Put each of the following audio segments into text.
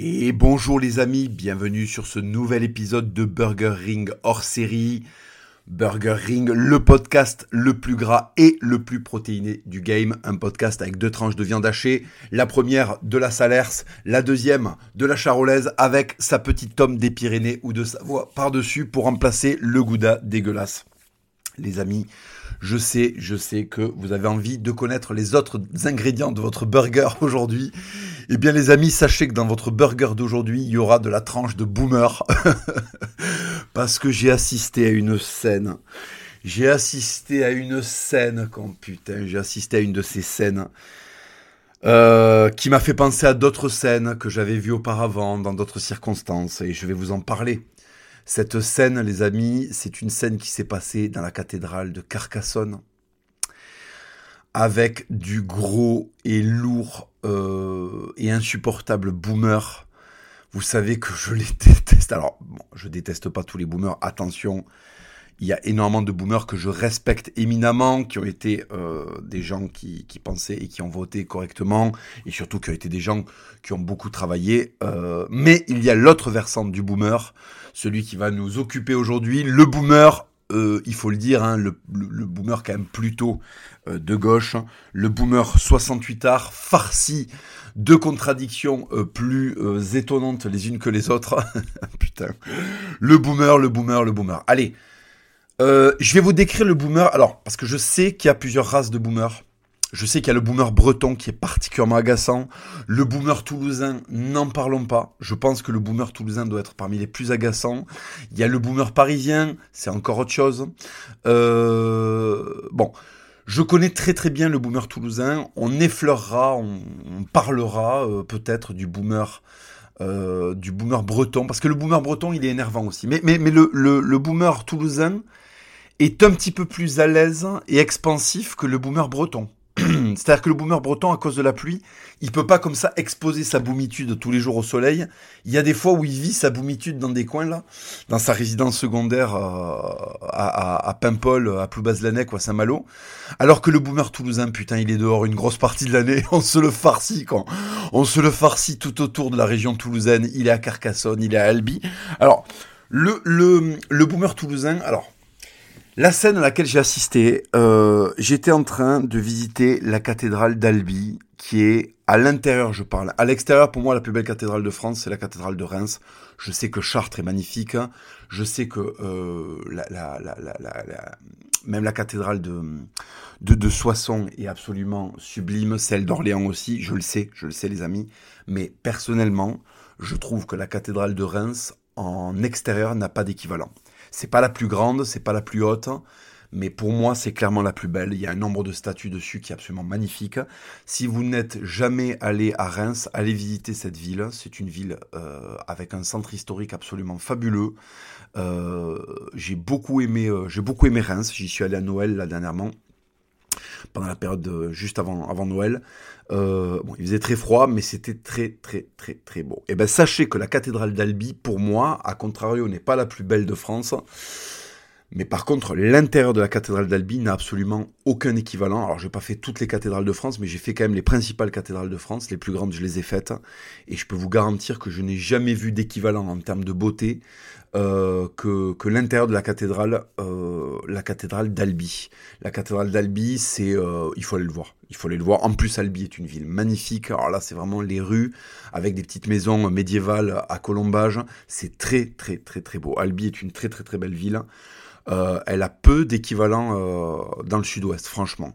Et bonjour les amis, bienvenue sur ce nouvel épisode de Burger Ring hors série. Burger Ring, le podcast le plus gras et le plus protéiné du game. Un podcast avec 2 tranches de viande hachée. La première de la Salers, la deuxième de la Charolaise avec sa petite tome des Pyrénées ou de Savoie par-dessus pour remplacer le gouda dégueulasse. Les amis, je sais que vous avez envie de connaître les autres ingrédients de votre burger aujourd'hui. Eh bien les amis, sachez que dans votre burger d'aujourd'hui, il y aura de la tranche de boomer. Parce que j'ai assisté à une scène. J'ai assisté à une de ces scènes qui m'a fait penser à d'autres scènes que j'avais vues auparavant dans d'autres circonstances. Et je vais vous en parler. Cette scène, les amis, c'est une scène qui s'est passée dans la cathédrale de Carcassonne avec du gros et lourd et insupportable boomer. Vous savez que je les déteste. Alors, bon, je déteste pas tous les boomers, attention. Il y a énormément de boomers que je respecte éminemment, qui ont été des gens qui pensaient et qui ont voté correctement, et surtout qui ont été des gens qui ont beaucoup travaillé. Mais il y a l'autre versant du boomer, celui qui va nous occuper aujourd'hui, le boomer, il faut le dire, hein, le boomer quand même plutôt de gauche, le boomer 68ard, farci de contradictions plus étonnantes les unes que les autres. Putain, le boomer. Allez. Je vais vous décrire le boomer, alors, parce que je sais qu'il y a plusieurs races de boomers. Je sais qu'il y a le boomer breton qui est particulièrement agaçant. Le boomer toulousain, n'en parlons pas. Je pense que le boomer toulousain doit être parmi les plus agaçants. Il y a le boomer parisien, c'est encore autre chose. Bon, je connais très très bien le boomer toulousain. On effleurera, on parlera peut-être du boomer breton, parce que le boomer breton, il est énervant aussi. Mais le boomer toulousain est un petit peu plus à l'aise et expansif que le boomer breton. C'est-à-dire que le boomer breton, à cause de la pluie, il peut pas comme ça exposer sa boumitude tous les jours au soleil. Il y a des fois où il vit sa boumitude dans des coins là, dans sa résidence secondaire à Paimpol, à Ploubazlanec ou à Saint-Malo. Alors que le boomer toulousain, putain, il est dehors une grosse partie de l'année. On se le farcit tout autour de la région toulousaine. Il est à Carcassonne, il est à Albi. Alors, le boomer toulousain, alors... La scène à laquelle j'ai assisté, j'étais en train de visiter la cathédrale d'Albi, qui est à l'intérieur, je parle. À l'extérieur, pour moi, la plus belle cathédrale de France, c'est la cathédrale de Reims. Je sais que Chartres est magnifique. Je sais que même la cathédrale de Soissons est absolument sublime. Celle d'Orléans aussi, je le sais les amis. Mais personnellement, je trouve que la cathédrale de Reims, en extérieur, n'a pas d'équivalent. C'est pas la plus grande, c'est pas la plus haute, mais pour moi, c'est clairement la plus belle. Il y a un nombre de statues dessus qui est absolument magnifique. Si vous n'êtes jamais allé à Reims, allez visiter cette ville. C'est une ville avec un centre historique absolument fabuleux. J'ai beaucoup aimé Reims. J'y suis allé à Noël là dernièrement, pendant la période juste avant Noël. Bon, il faisait très froid, mais c'était très très très très beau. Et ben sachez que la cathédrale d'Albi, pour moi, à contrario, n'est pas la plus belle de France. Mais par contre, l'intérieur de la cathédrale d'Albi n'a absolument aucun équivalent. Alors, j'ai pas fait toutes les cathédrales de France, mais j'ai fait quand même les principales cathédrales de France. Les plus grandes, je les ai faites. Et je peux vous garantir que je n'ai jamais vu d'équivalent en termes de beauté que l'intérieur de la cathédrale d'Albi. La cathédrale d'Albi, c'est il faut aller le voir. Il faut aller le voir. En plus, Albi est une ville magnifique. Alors là, c'est vraiment les rues avec des petites maisons médiévales à colombage. C'est très très très très beau. Albi est une très très très belle ville. Elle a peu d'équivalent dans le sud-ouest, franchement.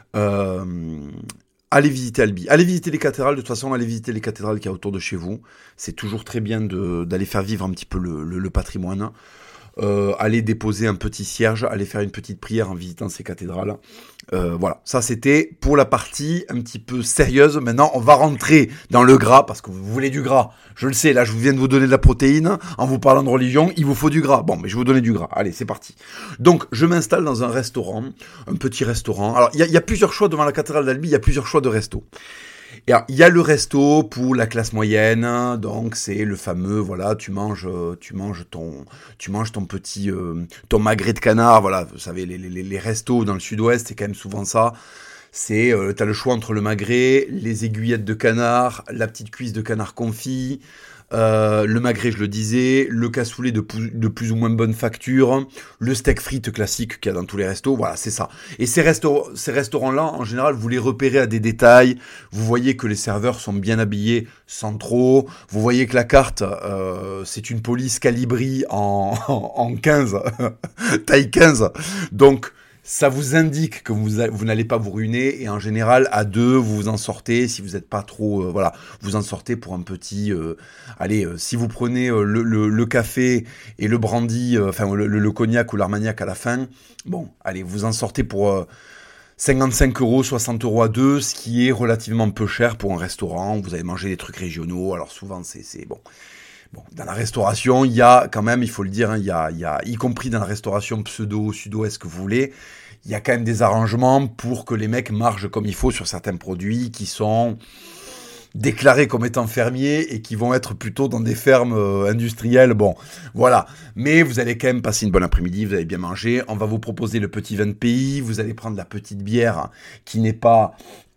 Allez visiter Albi. Allez visiter les cathédrales. De toute façon, allez visiter les cathédrales qu'il y a autour de chez vous. C'est toujours très bien d'aller faire vivre un petit peu le patrimoine. Allez déposer un petit cierge. Allez faire une petite prière en visitant ces cathédrales. Voilà, ça c'était pour la partie un petit peu sérieuse. Maintenant, on va rentrer dans le gras, parce que vous voulez du gras. Je le sais, là, je viens de vous donner de la protéine. En vous parlant de religion, il vous faut du gras. Bon, mais je vais vous donner du gras. Allez, c'est parti. Donc, je m'installe dans un restaurant, un petit restaurant. Alors, il y a plusieurs choix devant la cathédrale d'Albi, il y a plusieurs choix de restos. Et alors, il y a le resto pour la classe moyenne, donc c'est le fameux, voilà, tu manges ton petit, ton magret de canard, voilà, vous savez, les restos dans le sud-ouest, c'est quand même souvent ça. T'as le choix entre le magret, les aiguillettes de canard, la petite cuisse de canard confit, le magret, je le disais, le cassoulet de plus ou moins bonne facture, le steak frites classique qu'il y a dans tous les restos, voilà, c'est ça. Et ces restaurants-là, en général, vous les repérez à des détails, vous voyez que les serveurs sont bien habillés sans trop, vous voyez que la carte, c'est une police calibri en 15, taille 15, donc ça vous indique que vous n'allez pas vous ruiner, et en général, à deux, vous vous en sortez, si vous n'êtes pas trop... voilà, vous en sortez pour un petit... si vous prenez le café et le brandy, le cognac ou l'armagnac à la fin, bon, allez, vous en sortez pour 55 €, 60 € à deux, ce qui est relativement peu cher pour un restaurant. Vous allez manger des trucs régionaux, alors souvent, c'est bon... Bon, dans la restauration, il y a quand même, il faut le dire, il y a, y compris dans la restauration pseudo, sud-ouest que vous voulez, il y a quand même des arrangements pour que les mecs margent comme il faut sur certains produits qui sont déclarés comme étant fermiers et qui vont être plutôt dans des fermes industrielles. Bon, voilà. Mais vous allez quand même passer une bonne après-midi, vous allez bien manger. On va vous proposer le petit vin de pays. Vous allez prendre la petite bière qui n'est pas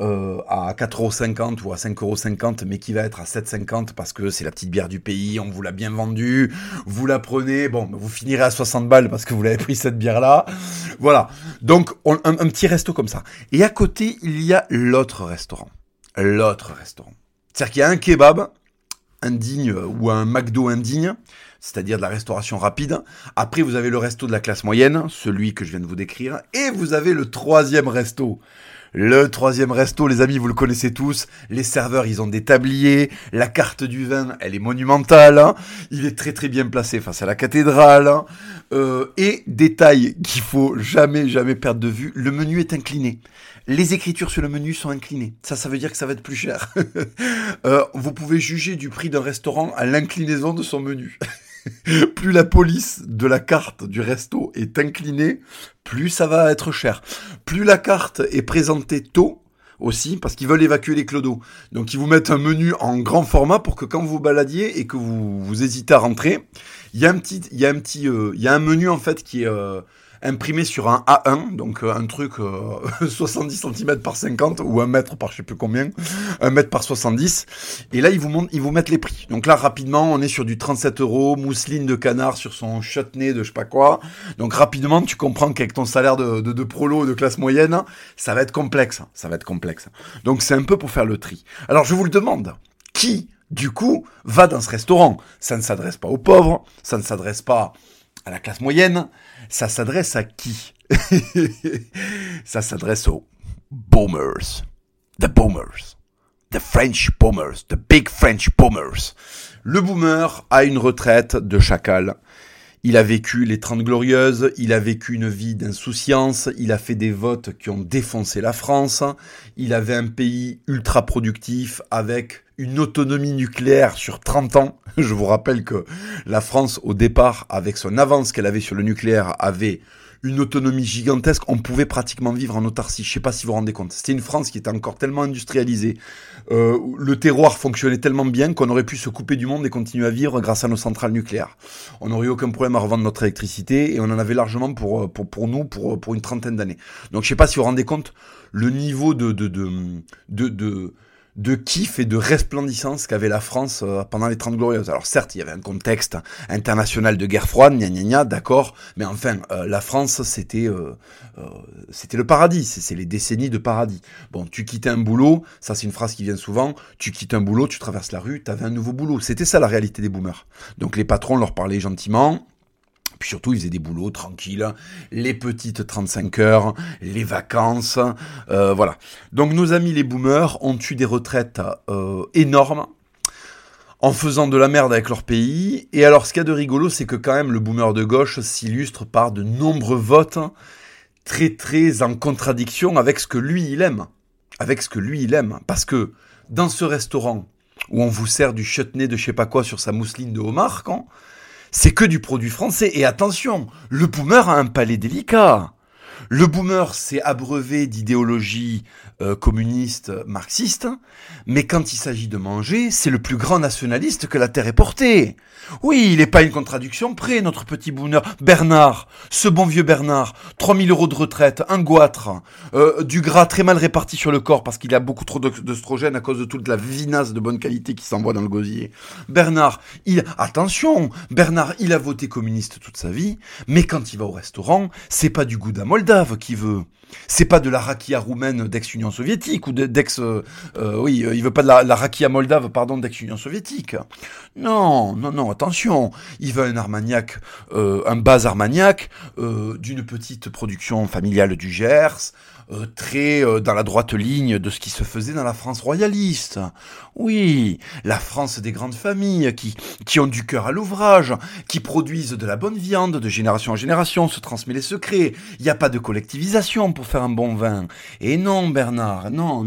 à 4,50 € ou à 5,50 € mais qui va être à 7,50 € parce que c'est la petite bière du pays. On vous l'a bien vendue. Vous la prenez. Bon, vous finirez à 60 balles parce que vous l'avez pris cette bière-là. Voilà. Donc, un petit resto comme ça. Et à côté, il y a l'autre restaurant. C'est-à-dire qu'il y a un kebab indigne ou un McDo indigne, c'est-à-dire de la restauration rapide. Après, vous avez le resto de la classe moyenne, celui que je viens de vous décrire. Et vous avez le troisième resto. Le troisième resto, les amis, vous le connaissez tous. Les serveurs, ils ont des tabliers. La carte du vin, elle est monumentale. Hein. Il est très très bien placé face à la cathédrale. Hein. Et détail qu'il faut jamais perdre de vue, le menu est incliné. Les écritures sur le menu sont inclinées. Ça veut dire que ça va être plus cher. Vous pouvez juger du prix d'un restaurant à l'inclinaison de son menu. Plus la police de la carte du resto est inclinée, plus ça va être cher. Plus la carte est présentée tôt, aussi, parce qu'ils veulent évacuer les clodos. Donc ils vous mettent un menu en grand format pour que quand vous baladiez et que vous hésitez à rentrer, il y a un menu en fait qui est imprimé sur un A1, donc un truc 70 cm par 50 ou 1 mètre par je sais plus combien, 1 mètre par 70. Et là, ils vous mettent les prix. Donc là, rapidement, on est sur du 37 €, mousseline de canard sur son chutney de je sais pas quoi. Donc rapidement, tu comprends qu'avec ton salaire de prolo de classe moyenne, ça va être complexe. Donc c'est un peu pour faire le tri. Alors je vous le demande, qui, du coup, va dans ce restaurant? Ça ne s'adresse pas aux pauvres, ça ne s'adresse pas à la classe moyenne, ça s'adresse à qui? Ça s'adresse aux boomers. The boomers. The French boomers. The big French boomers. Le boomer a une retraite de chacal. Il a vécu les 30 Glorieuses, il a vécu une vie d'insouciance, il a fait des votes qui ont défoncé la France, il avait un pays ultra productif avec une autonomie nucléaire sur 30 ans. Je vous rappelle que la France, au départ, avec son avance qu'elle avait sur le nucléaire, avait une autonomie gigantesque. On pouvait pratiquement vivre en autarcie. Je sais pas si vous vous rendez compte. C'était une France qui était encore tellement industrialisée. Le terroir fonctionnait tellement bien qu'on aurait pu se couper du monde et continuer à vivre grâce à nos centrales nucléaires. On n'aurait eu aucun problème à revendre notre électricité et on en avait largement pour nous pour une trentaine d'années. Donc je sais pas si vous vous rendez compte le niveau de kiff et de resplendissance qu'avait la France pendant les 30 Glorieuses. Alors certes, il y avait un contexte international de guerre froide, d'accord, mais enfin, la France, c'était le paradis, c'est les décennies de paradis. Bon, tu quittais un boulot, ça c'est une phrase qui vient souvent, tu quittes un boulot, tu traverses la rue, t'avais un nouveau boulot. C'était ça la réalité des boomers. Donc les patrons leur parlaient gentiment, puis surtout, ils faisaient des boulots tranquilles, les petites 35 heures, les vacances, voilà. Donc nos amis les boomers ont eu des retraites énormes en faisant de la merde avec leur pays. Et alors, ce qu'il y a de rigolo, c'est que quand même le boomer de gauche s'illustre par de nombreux votes très très en contradiction avec ce que lui il aime. Parce que dans ce restaurant où on vous sert du chutney de je sais pas quoi sur sa mousseline de homard, c'est que du produit français. Et attention, le boomer a un palais délicat. Le boomer s'est abreuvé d'idéologie communiste, marxiste, mais quand il s'agit de manger, c'est le plus grand nationaliste que la terre ait porté. Oui, il n'est pas une contradiction près, notre petit boomer. Bernard, ce bon vieux Bernard, 3000 € de retraite, un goitre, du gras très mal réparti sur le corps parce qu'il a beaucoup trop d'œstrogène à cause de toute la vinasse de bonne qualité qui s'envoie dans le gosier. Bernard, attention, Bernard, il a voté communiste toute sa vie, mais quand il va au restaurant, c'est pas du Gouda moldave qu'il veut. C'est pas de la rakia roumaine d'ex-Union soviétique ou il veut pas de la rakia moldave, pardon, d'ex-Union soviétique. Non, attention, il veut un Armagnac, un bas Armagnac d'une petite production familiale du Gers, très dans la droite ligne de ce qui se faisait dans la France royaliste. Oui, la France des grandes familles qui ont du cœur à l'ouvrage, qui produisent de la bonne viande de génération en génération, se transmet les secrets. Il n'y a pas de collectivisation pour faire un bon vin. Et non, Bernard, non.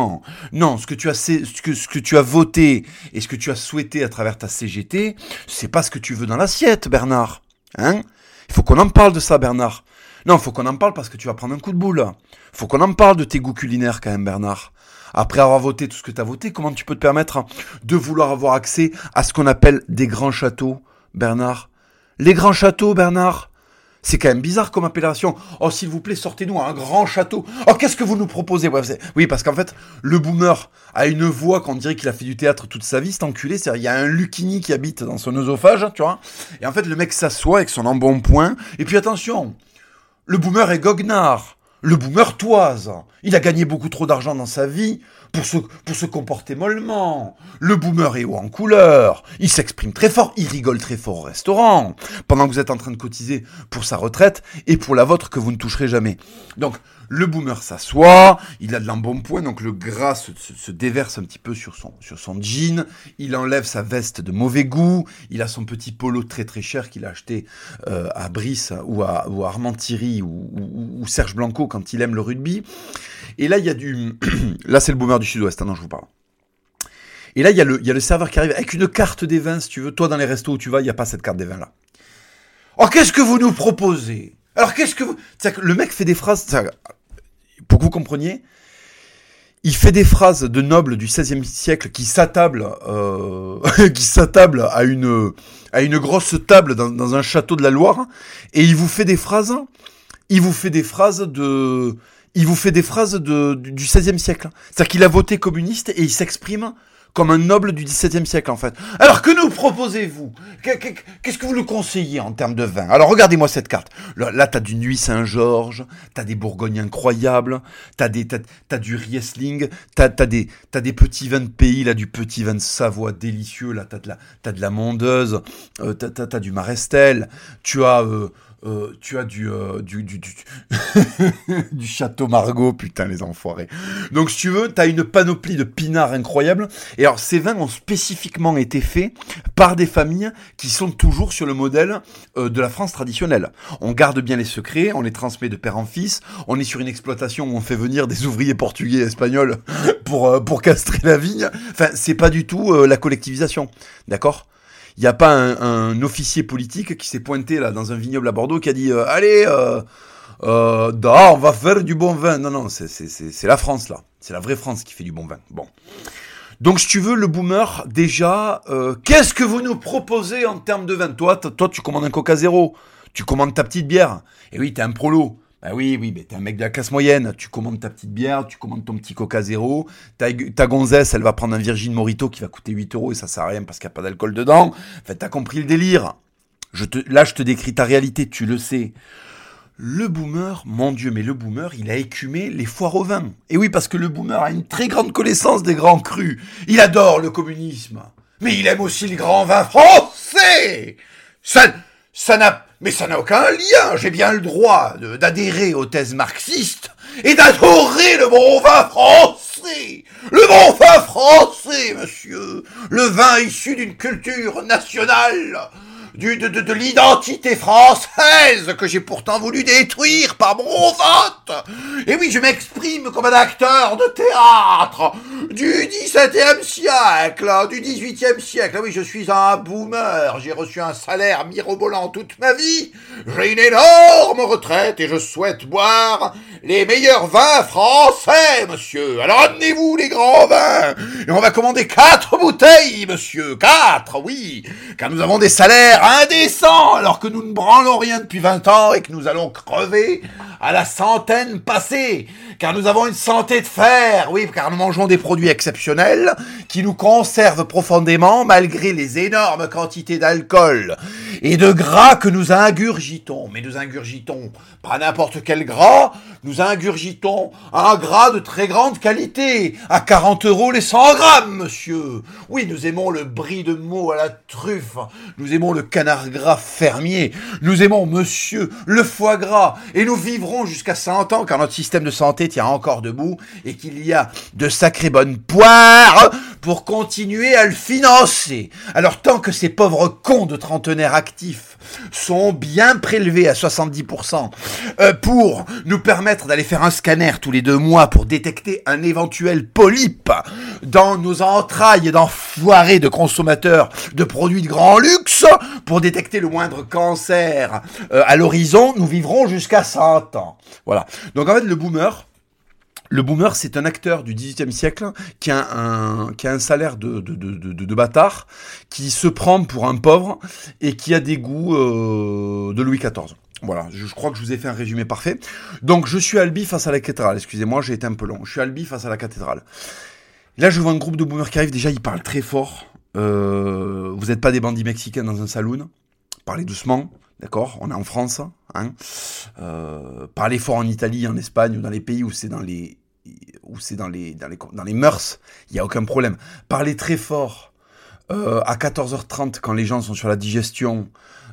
Ce que tu as voté et ce que tu as souhaité à travers ta CGT, c'est pas ce que tu veux dans l'assiette, Bernard. Hein? Il faut qu'on en parle de ça, Bernard. Non, faut qu'on en parle parce que tu vas prendre un coup de boule. Faut qu'on en parle de tes goûts culinaires quand même, Bernard. Après avoir voté tout ce que tu as voté, comment tu peux te permettre de vouloir avoir accès à ce qu'on appelle des grands châteaux, Bernard? Les grands châteaux, Bernard? C'est quand même bizarre comme appellation. Oh, s'il vous plaît, sortez-nous un grand château. Oh, qu'est-ce que vous nous proposez? Oui, parce qu'en fait, le boomer a une voix qu'on dirait qu'il a fait du théâtre toute sa vie, cet enculé. C'est-à-dire, il y a un Lucchini qui habite dans son œsophage, tu vois. Et en fait, le mec s'assoit avec son embonpoint. Et puis attention, le boomer est goguenard. Le boomer toise. Il a gagné beaucoup trop d'argent dans sa vie pour se comporter mollement. Le boomer est haut en couleur. Il s'exprime très fort. Il rigole très fort au restaurant. Pendant que vous êtes en train de cotiser pour sa retraite et pour la vôtre que vous ne toucherez jamais. Donc, le boomer s'assoit. Il a de l'embonpoint. Donc, le gras se déverse un petit peu sur son jean. Il enlève sa veste de mauvais goût. Il a son petit polo très très cher qu'il a acheté à Brice ou à Armand-Thierry ou Serge Blanco quand il aime le rugby. Et là, il y a là, c'est le boomer du Sud-Ouest, dont je vous parle. Et là, il y a le serveur qui arrive avec une carte des vins, si tu veux. Toi, dans les restos où tu vas, il n'y a pas cette carte des vins là. Oh, qu'est-ce que vous nous proposez? Alors, qu'est-ce que vous... C'est-à-dire que le mec fait des phrases... Pour que vous compreniez, il fait des phrases de nobles du XVIe siècle qui s'attablent à une grosse table dans un château de la Loire, et il vous fait des phrases du XVIe siècle. C'est-à-dire qu'il a voté communiste et il s'exprime comme un noble du XVIIe siècle, en fait. Alors, que nous proposez-vous? Qu'est-ce que vous nous conseillez en termes de vin? Alors, regardez-moi cette carte. Là, t'as du Nuit Saint-Georges, t'as des Bourgognes incroyables, t'as du Riesling, t'as des petits vins de pays, là, du petit vin de Savoie délicieux, là, t'as de la Mondeuse, t'as du Marestel, tu as du du Château Margaux, putain les enfoirés. Donc si tu veux, t'as une panoplie de pinards incroyables. Et alors ces vins ont spécifiquement été faits par des familles qui sont toujours sur le modèle de la France traditionnelle. On garde bien les secrets, on les transmet de père en fils. On est sur une exploitation où on fait venir des ouvriers portugais et espagnols pour castrer la vigne. Enfin, c'est pas du tout la collectivisation, d'accord? Il n'y a pas un officier politique qui s'est pointé là dans un vignoble à Bordeaux qui a dit allez, on va faire du bon vin. Non, c'est la France là. C'est la vraie France qui fait du bon vin. Bon. Donc si tu veux, le boomer, déjà, qu'est-ce que vous nous proposez en termes de vin? Toi, tu commandes un Coca Zéro. Tu commandes ta petite bière. Et oui, t'es un prolo. Bah oui, mais t'es un mec de la classe moyenne, tu commandes ta petite bière, tu commandes ton petit Coca Zéro, ta gonzesse, elle va prendre un Virgin Morito qui va coûter 8 € et ça sert à rien parce qu'il n'y a pas d'alcool dedans. Enfin, t'as compris le délire. Là, je te décris ta réalité, tu le sais. Le boomer, mon Dieu, mais le boomer, il a écumé les foires au vin. Et oui, parce que le boomer a une très grande connaissance des grands crus. Il adore le communisme, mais il aime aussi les grands vins français. Ça n'a aucun lien. J'ai bien le droit d'adhérer aux thèses marxistes et d'adorer le bon vin français. Le bon vin français, monsieur. Le vin issu d'une culture nationale, de l'identité française que j'ai pourtant voulu détruire par mon vote. Et oui, je m'exprime comme un acteur de théâtre du XVIIe siècle, du XVIIIe siècle. Oui, je suis un boomer, j'ai reçu un salaire mirobolant toute ma vie, j'ai une énorme retraite et je souhaite boire les meilleurs vins français, monsieur. Alors amenez-vous les grands vins et on va commander 4 bouteilles, monsieur. 4, oui, car nous avons des salaires indécents alors que nous ne branlons rien depuis 20 ans et que nous allons crever à la centaine passée, car nous avons une santé de fer, oui, car nous mangeons des produits exceptionnels qui nous conservent profondément malgré les énormes quantités d'alcool et de gras que nous ingurgitons. Mais nous ingurgitons pas n'importe quel gras, nous ingurgitons un gras de très grande qualité, à 40 € les 100 grammes, monsieur. Oui, nous aimons le brie de Meaux à la truffe, nous aimons le canard gras fermier, nous aimons, monsieur, le foie gras, et nous vivrons jusqu'à 100 ans, car notre système de santé tient encore debout, et qu'il y a de sacrées bonnes poires pour continuer à le financer. Alors tant que ces pauvres cons de trentenaires actifs sont bien prélevés à 70% pour nous permettre d'aller faire un scanner tous les 2 mois pour détecter un éventuel polype dans nos entrailles d'enfoirés de consommateurs de produits de grand luxe, pour détecter le moindre cancer à l'horizon, nous vivrons jusqu'à 100 ans. Voilà. Donc en fait, le boomer, c'est un acteur du XVIIIe siècle qui a un salaire de bâtard, qui se prend pour un pauvre et qui a des goûts de Louis XIV. Voilà, je crois que je vous ai fait un résumé parfait. Donc je suis Albi face à la cathédrale. Excusez-moi, j'ai été un peu long. Je suis Albi face à la cathédrale. Là, je vois un groupe de boomers qui arrive. Déjà, ils parlent très fort. Vous n'êtes pas des bandits mexicains dans un saloon. Parlez doucement. D'accord, on est en France, hein. Parler fort en Italie, en Espagne ou dans les pays où c'est dans les mœurs, il y a aucun problème. Parler très fort à 14h30 quand les gens sont sur la digestion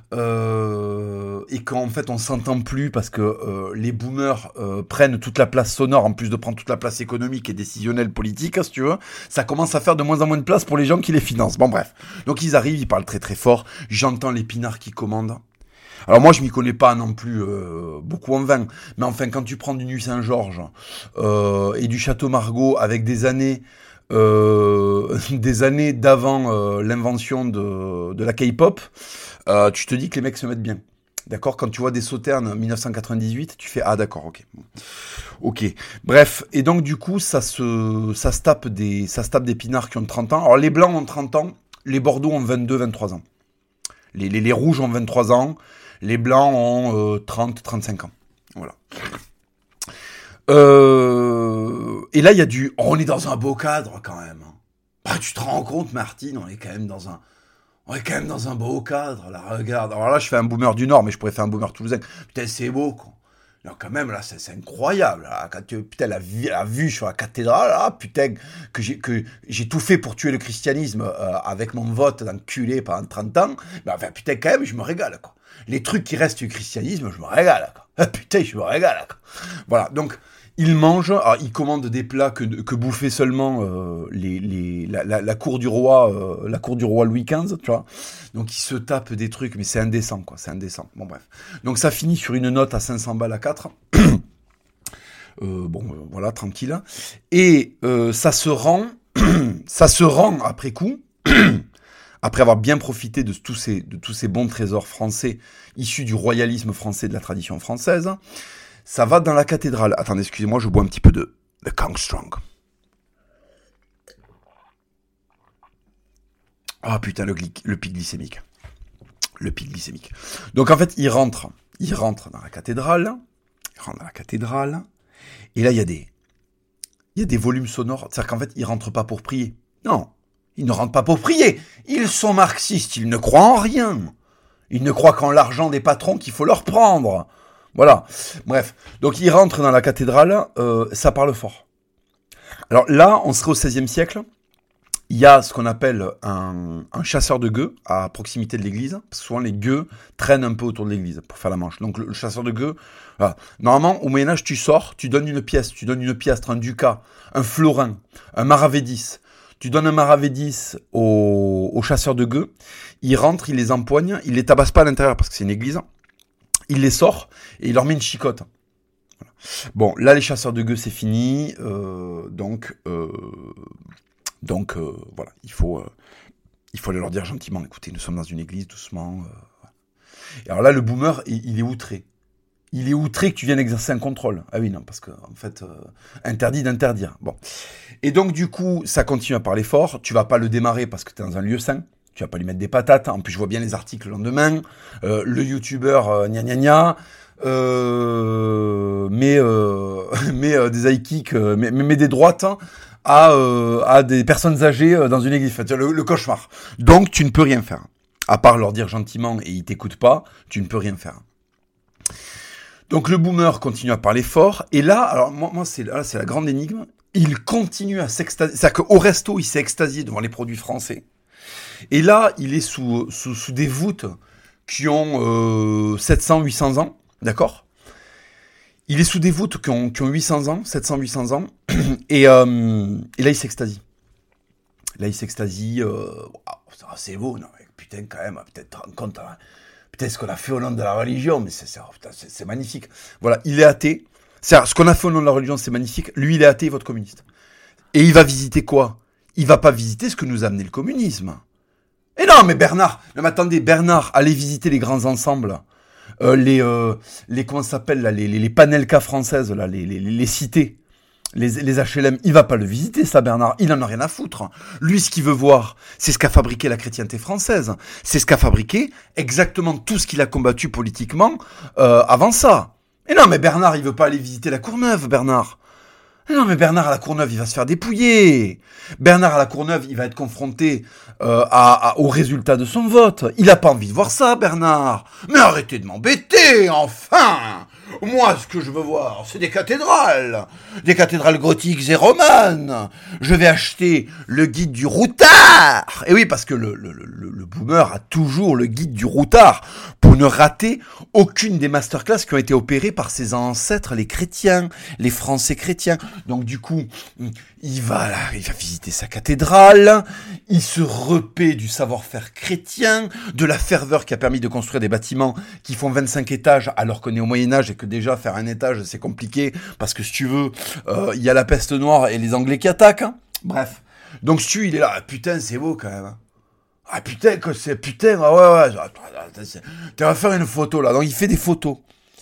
et quand en fait on s'entend plus parce que les boomers prennent toute la place sonore en plus de prendre toute la place économique et décisionnelle politique, si tu veux, ça commence à faire de moins en moins de place pour les gens qui les financent. Bon bref, donc ils arrivent, ils parlent très très fort, j'entends l'épinard qui commande. Alors moi je m'y connais pas non plus beaucoup en vin, mais enfin quand tu prends du Nuit Saint-Georges et du Château Margaux avec des années d'avant l'invention de la K-pop, tu te dis que les mecs se mettent bien. D'accord, quand tu vois des Sauternes 1998, tu fais ah d'accord, ok. Bref, et donc du coup ça se tape des pinards qui ont 30 ans. Alors les blancs ont 30 ans, les bordeaux ont 22, 23 ans. Les rouges ont 23 ans. Les blancs ont 30-35 ans. Voilà. Et là, il y a on est dans un beau cadre, quand même. Bah, tu te rends compte, Martine, on est quand même dans un beau cadre, là, regarde. Alors là, je fais un boomer du Nord, mais je pourrais faire un boomer toulousain. Putain, c'est beau, quoi. Alors quand même, là, c'est incroyable. Là. Putain, la vue sur la cathédrale, là, putain, que j'ai tout fait pour tuer le christianisme avec mon vote d'enculé pendant 30 ans. Ben, enfin, putain, quand même, je me régale, quoi. Les trucs qui restent du christianisme, je me régale, quoi. Putain, je me régale, quoi. Voilà, donc, ils mangent, alors, ils commandent des plats que bouffaient seulement la cour du roi Louis XV, tu vois. Donc ils se tapent des trucs, mais c'est indécent, quoi, c'est indécent. Bon bref. Donc ça finit sur une note à 500 balles à 4. Voilà, tranquille. Et ça se rend après coup, après avoir bien profité de tous ces bons trésors français issus du royalisme français, de la tradition française. Ça va dans la cathédrale. Attendez, excusez-moi, je bois un petit peu de Kang Strong. Ah putain, le pic glycémique. Le pic glycémique. Donc en fait, il rentre dans la cathédrale. Et là, il y a des volumes sonores. C'est-à-dire qu'en fait, ils rentrent pas pour prier. Non, ils ne rentrent pas pour prier. Ils sont marxistes, ils ne croient en rien. Ils ne croient qu'en l'argent des patrons qu'il faut leur prendre. Voilà, bref. Donc ils rentrent dans la cathédrale, ça parle fort. Alors là, on serait au XVIe siècle. Il y a ce qu'on appelle un chasseur de gueux à proximité de l'église. Parce que souvent les gueux traînent un peu autour de l'église pour faire la manche. Donc le chasseur de gueux, voilà. Normalement au Moyen-Âge, tu sors, tu donnes une pièce, un ducat, un florin, un maravédis. tu donnes un maravédis aux chasseurs de gueux, il rentre, il les empoigne, il les tabasse pas à l'intérieur parce que c'est une église, il les sort et il leur met une chicote. Voilà. Bon, là les chasseurs de gueux c'est fini, donc voilà, il faut aller leur dire gentiment, écoutez, nous sommes dans une église, doucement. Et alors là le boomer, il est outré. Il est outré que tu viennes exercer un contrôle. Ah oui, non, parce que, en fait, interdit d'interdire. Bon. Et donc, du coup, ça continue à parler fort. Tu vas pas le démarrer parce que tu es dans un lieu sain. Tu vas pas lui mettre des patates. En plus, je vois bien les articles le lendemain. Le youtubeur, gna gna gna. Mais des high kicks, mais des droites à des personnes âgées dans une église. Le cauchemar. Donc, tu ne peux rien faire. À part leur dire gentiment et ils t'écoutent pas, tu ne peux rien faire. Donc le boomer continue à parler fort, et là, alors moi c'est la grande énigme, il continue à s'extasier, c'est-à-dire qu'au resto, il s'est extasié devant les produits français, et là, il est sous des voûtes qui ont 700-800 ans, d'accord ? Il est sous des voûtes qui ont 800 ans, 700-800 ans, et là, il s'extasie. Là, il s'extasie, c'est beau, non mais putain, quand même, peut-être te rendre compte... Putain, ce qu'on a fait au nom de la religion, mais c'est magnifique. Voilà, il est athée. C'est-à-dire, ce qu'on a fait au nom de la religion, c'est magnifique. Lui, il est athée, il vote communiste. Et il va visiter quoi ? Il va pas visiter ce que nous a amené le communisme. Et non, mais Bernard, non mais attendez, Bernard, allez visiter les grands ensembles. Les comment ça s'appelle là, les Panelka françaises, là, les cités. Les HLM, il va pas le visiter, ça, Bernard. Il en a rien à foutre. Lui, ce qu'il veut voir, c'est ce qu'a fabriqué la chrétienté française. C'est ce qu'a fabriqué exactement tout ce qu'il a combattu politiquement avant ça. Et non, mais Bernard, il veut pas aller visiter la Courneuve, Bernard. Et non, mais Bernard à la Courneuve, il va se faire dépouiller. Bernard à la Courneuve, il va être confronté au résultat de son vote. Il a pas envie de voir ça, Bernard. Mais arrêtez de m'embêter, enfin. Moi, ce que je veux voir, c'est des cathédrales gothiques et romanes. Je vais acheter le guide du routard. Et oui, parce que le boomer a toujours le guide du routard pour ne rater aucune des masterclass qui ont été opérées par ses ancêtres, les chrétiens, les Français chrétiens. Donc du coup, il va visiter sa cathédrale, il se repaît du savoir-faire chrétien, de la ferveur qui a permis de construire des bâtiments qui font 25 étages alors qu'on est au Moyen-Âge et que déjà faire un étage c'est compliqué parce que si tu veux, il y a la peste noire et les Anglais qui attaquent. Hein. Bref. Donc Stu, il est là, ah, putain c'est beau quand même. Ah putain, que c'est putain, ouais. Tu vas faire une photo là. Donc il fait des photos.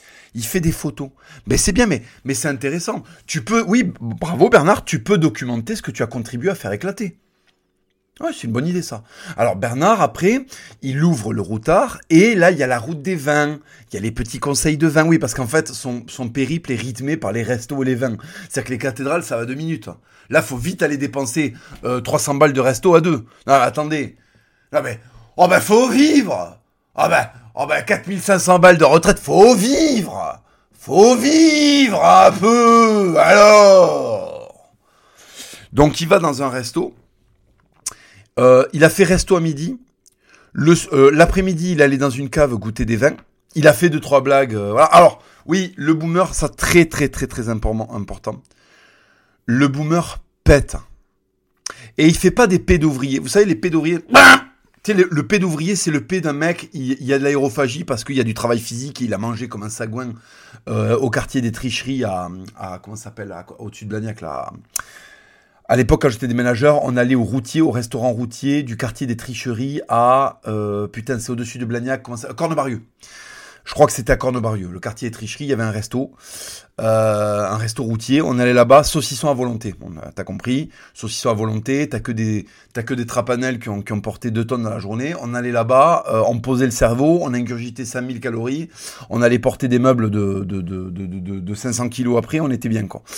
Mais c'est bien, mais c'est intéressant. Tu peux, oui, bravo Bernard, tu peux documenter ce que tu as contribué à faire éclater. Ouais, c'est une bonne idée ça. Alors Bernard, après, il ouvre le routard et là, il y a la route des vins. Il y a les petits conseils de vin. Oui, parce qu'en fait, son périple est rythmé par les restos et les vins. C'est-à-dire que les cathédrales, ça va 2 minutes. Là, faut vite aller dépenser 300 balles de resto à 2. Non, attendez. Non mais, faut vivre. 4500 balles de retraite, faut vivre un peu, alors. Donc il va dans un resto, il a fait resto à midi, l'après-midi il allait dans une cave goûter des vins, il a fait 2-3 blagues, voilà. Alors, oui, le boomer, ça très très très très important, le boomer pète, et il fait pas des pets d'ouvriers, vous savez les pets d'ouvriers, tu sais, le P d'ouvrier, c'est le P d'un mec, il y a de l'aérophagie parce qu'il y a du travail physique, il a mangé comme un sagouin au quartier des Tricheries à comment ça s'appelle, au-dessus de Blagnac, là. À l'époque, quand j'étais déménageur, on allait au restaurant routier du quartier des Tricheries à, c'est au-dessus de Blagnac, Cornebarieux. Je crois que c'était à Cornebarieux, le quartier des Tricheries, il y avait un resto routier, on allait là-bas, saucisson à volonté. Bon, t'as compris, saucisson à volonté, t'as que des trapanels qui ont porté 2 tonnes dans la journée. On allait là-bas, on posait le cerveau, on ingurgitait 5000 calories, on allait porter des meubles de 500 kilos après, on était bien, quoi.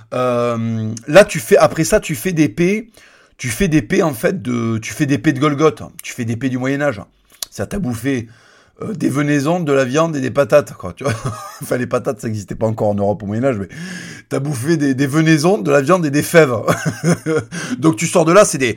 Là, tu fais des P en fait tu fais des P de Golgoth, tu fais des P du Moyen-Âge. Ça t'a bouffé des venaisons, de la viande et des patates, quoi, tu vois. Enfin, les patates, ça n'existait pas encore en Europe au Moyen-Âge, mais t'as bouffé des venaisons, de la viande et des fèves. Donc tu sors de là, c'est des...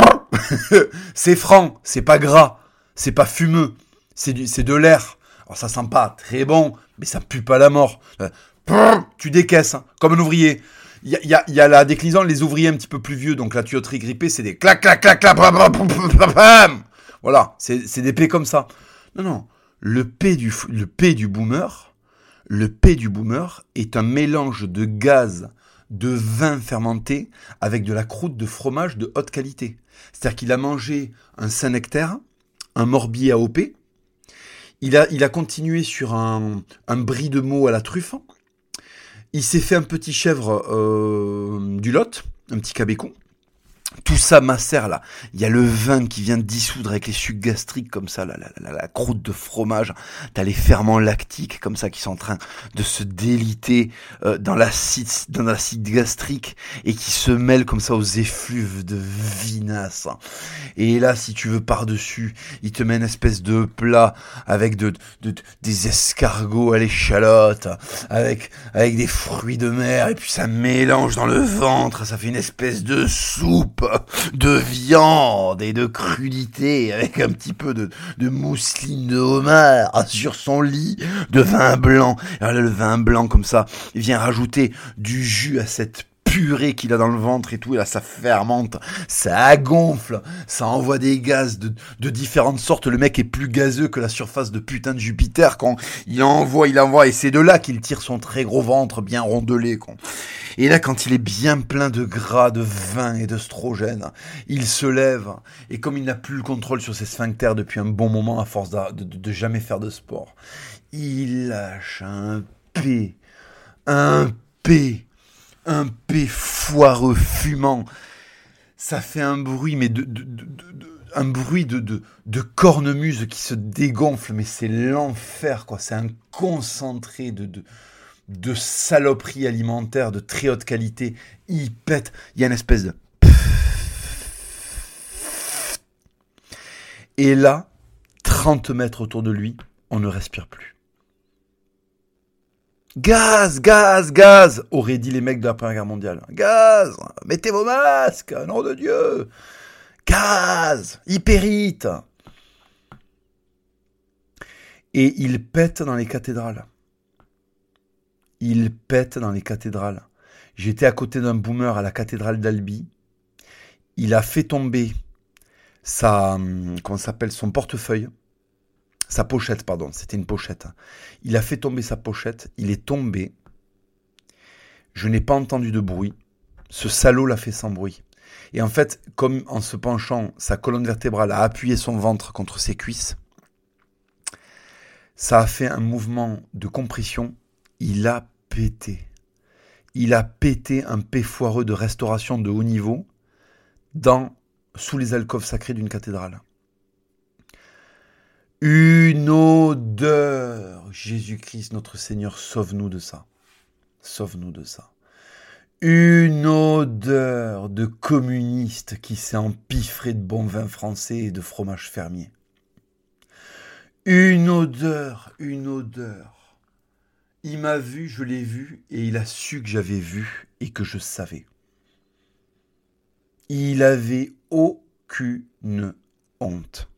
c'est franc, c'est pas gras, c'est pas fumeux, c'est de l'air. Alors ça sent pas très bon, mais ça pue pas la mort. Tu décaisses, hein, comme un ouvrier. il y a la déclinaison, les ouvriers un petit peu plus vieux, donc la tuyauterie grippée, c'est des clac, clac, clac, clac, bam, bam, bam, bam, bam, bam. Voilà, c'est des P comme ça. Non, le P du boomer, est un mélange de gaz, de vin fermenté, avec de la croûte de fromage de haute qualité. C'est-à-dire qu'il a mangé un Saint-Nectaire, un Morbier AOP, il a continué sur un brie de Meaux à la truffe, il s'est fait un petit chèvre du Lot, un petit cabécon. Tout ça macère là. Il y a le vin qui vient dissoudre avec les sucs gastriques comme ça, la croûte de fromage. T'as les ferments lactiques comme ça qui sont en train de se déliter dans l'acide gastrique et qui se mêlent comme ça aux effluves de vinasse. Et là, si tu veux par-dessus, il te met une espèce de plat avec des escargots à l'échalote, avec des fruits de mer et puis ça mélange dans le ventre. Ça fait une espèce de soupe de viande et de crudité avec un petit peu de mousseline de homard sur son lit de vin blanc. Alors là, le vin blanc comme ça, il vient rajouter du jus à cette purée qu'il a dans le ventre et tout, et là ça fermente, ça gonfle, ça envoie des gaz de différentes sortes. Le mec est plus gazeux que la surface de putain de Jupiter quand il envoie, et c'est de là qu'il tire son très gros ventre bien rondelé, quoi. Et là, quand il est bien plein de gras, de vin et d'œstrogène, il se lève, et comme il n'a plus le contrôle sur ses sphincters depuis un bon moment, à force de jamais faire de sport, il lâche un P foireux, fumant. Ça fait un bruit, mais un bruit de cornemuse qui se dégonfle, mais c'est l'enfer, quoi. C'est un concentré de saloperie alimentaire de très haute qualité. Il pète. Il y a une espèce de... Et là, 30 mètres autour de lui, on ne respire plus. Gaz, gaz, gaz, auraient dit les mecs de la Première Guerre mondiale. Gaz, mettez vos masques, nom de Dieu. Gaz, hypérite. Et il pète dans les cathédrales. J'étais à côté d'un boomer à la cathédrale d'Albi. Il a fait tomber son portefeuille. Sa pochette, pardon, c'était une pochette. Il a fait tomber sa pochette, il est tombé. Je n'ai pas entendu de bruit. Ce salaud l'a fait sans bruit. Et en fait, comme en se penchant, sa colonne vertébrale a appuyé son ventre contre ses cuisses, ça a fait un mouvement de compression. Il a pété. Il a pété un P foireux de restauration de haut niveau sous les alcôves sacrées d'une cathédrale. Une odeur. Jésus-Christ, notre Seigneur, sauve-nous de ça. Sauve-nous de ça. Une odeur de communiste qui s'est empiffré de bon vin français et de fromage fermier. Une odeur. Il m'a vu, je l'ai vu, et il a su que j'avais vu et que je savais. Il avait aucune honte.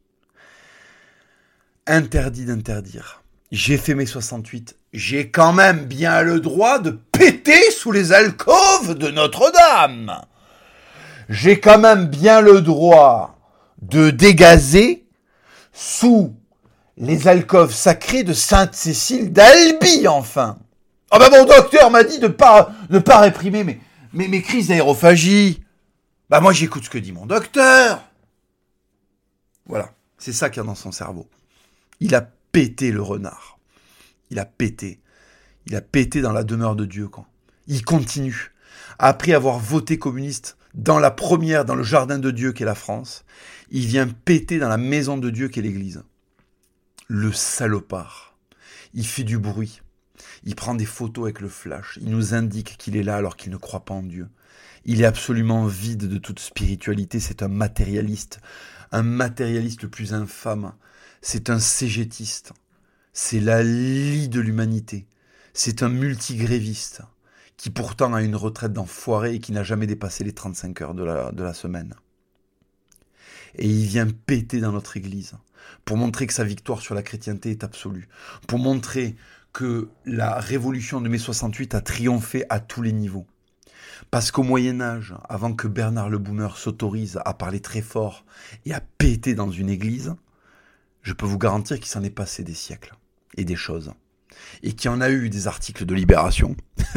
Interdit d'interdire. J'ai fait mes 68. J'ai quand même bien le droit de péter sous les alcôves de Notre-Dame. J'ai quand même bien le droit de dégazer sous les alcôves sacrées de Sainte-Cécile d'Albi, enfin. Ah ben mon docteur m'a dit de ne pas réprimer mes crises d'aérophagie. Bah moi j'écoute ce que dit mon docteur. Voilà, c'est ça qu'il y a dans son cerveau. Il a pété le renard. Il a pété dans la demeure de Dieu, quoi. Il continue. Après avoir voté communiste dans le jardin de Dieu qu'est la France, il vient péter dans la maison de Dieu qu'est l'église. Le salopard. Il fait du bruit. Il prend des photos avec le flash. Il nous indique qu'il est là alors qu'il ne croit pas en Dieu. Il est absolument vide de toute spiritualité. C'est un matérialiste le plus infâme. C'est un cégétiste. C'est la lie de l'humanité. C'est un multigréviste qui pourtant a une retraite d'enfoiré et qui n'a jamais dépassé les 35 heures de la semaine. Et il vient péter dans notre église pour montrer que sa victoire sur la chrétienté est absolue, pour montrer que la révolution de mai 68 a triomphé à tous les niveaux. Parce qu'au Moyen-Âge, avant que Bernard le Boomer s'autorise à parler très fort et à péter dans une église, je peux vous garantir qu'il s'en est passé des siècles et des choses. Et qu'il y en a eu des articles de Libération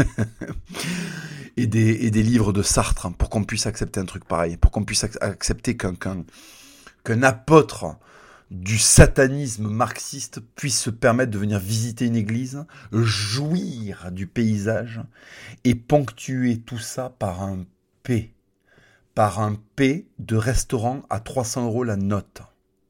et des livres de Sartre pour qu'on puisse accepter un truc pareil, pour qu'on puisse accepter qu'un apôtre du satanisme marxiste puisse se permettre de venir visiter une église, jouir du paysage et ponctuer tout ça par un P de restaurant à 300 € la note.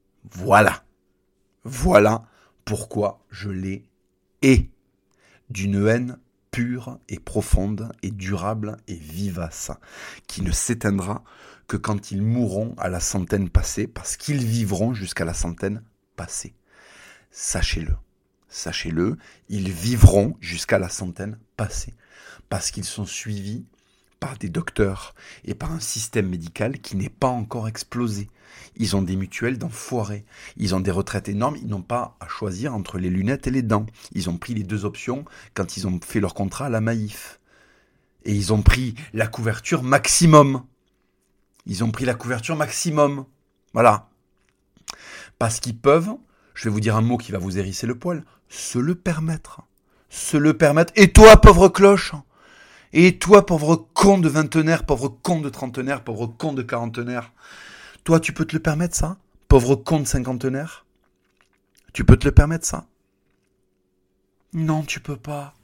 Voilà pourquoi je l'ai hais d'une haine pure et profonde et durable et vivace, qui ne s'éteindra que quand ils mourront à la centaine passée, parce qu'ils vivront jusqu'à la centaine passée. Sachez-le, ils vivront jusqu'à la centaine passée, parce qu'ils sont suivis par des docteurs et par un système médical qui n'est pas encore explosé. Ils ont des mutuelles d'enfoirés, ils ont des retraites énormes, ils n'ont pas à choisir entre les lunettes et les dents. Ils ont pris les 2 options quand ils ont fait leur contrat à la Maïf. Et ils ont pris la couverture maximum. Voilà. Parce qu'ils peuvent, je vais vous dire un mot qui va vous hérisser le poil, se le permettre. Et toi, pauvre cloche ? Et toi, pauvre con de vingtenaire, pauvre con de trentenaire, pauvre con de quarantenaire, toi, tu peux te le permettre, ça ? Pauvre con de cinquantenaire ? Tu peux te le permettre, ça ? Non, tu peux pas.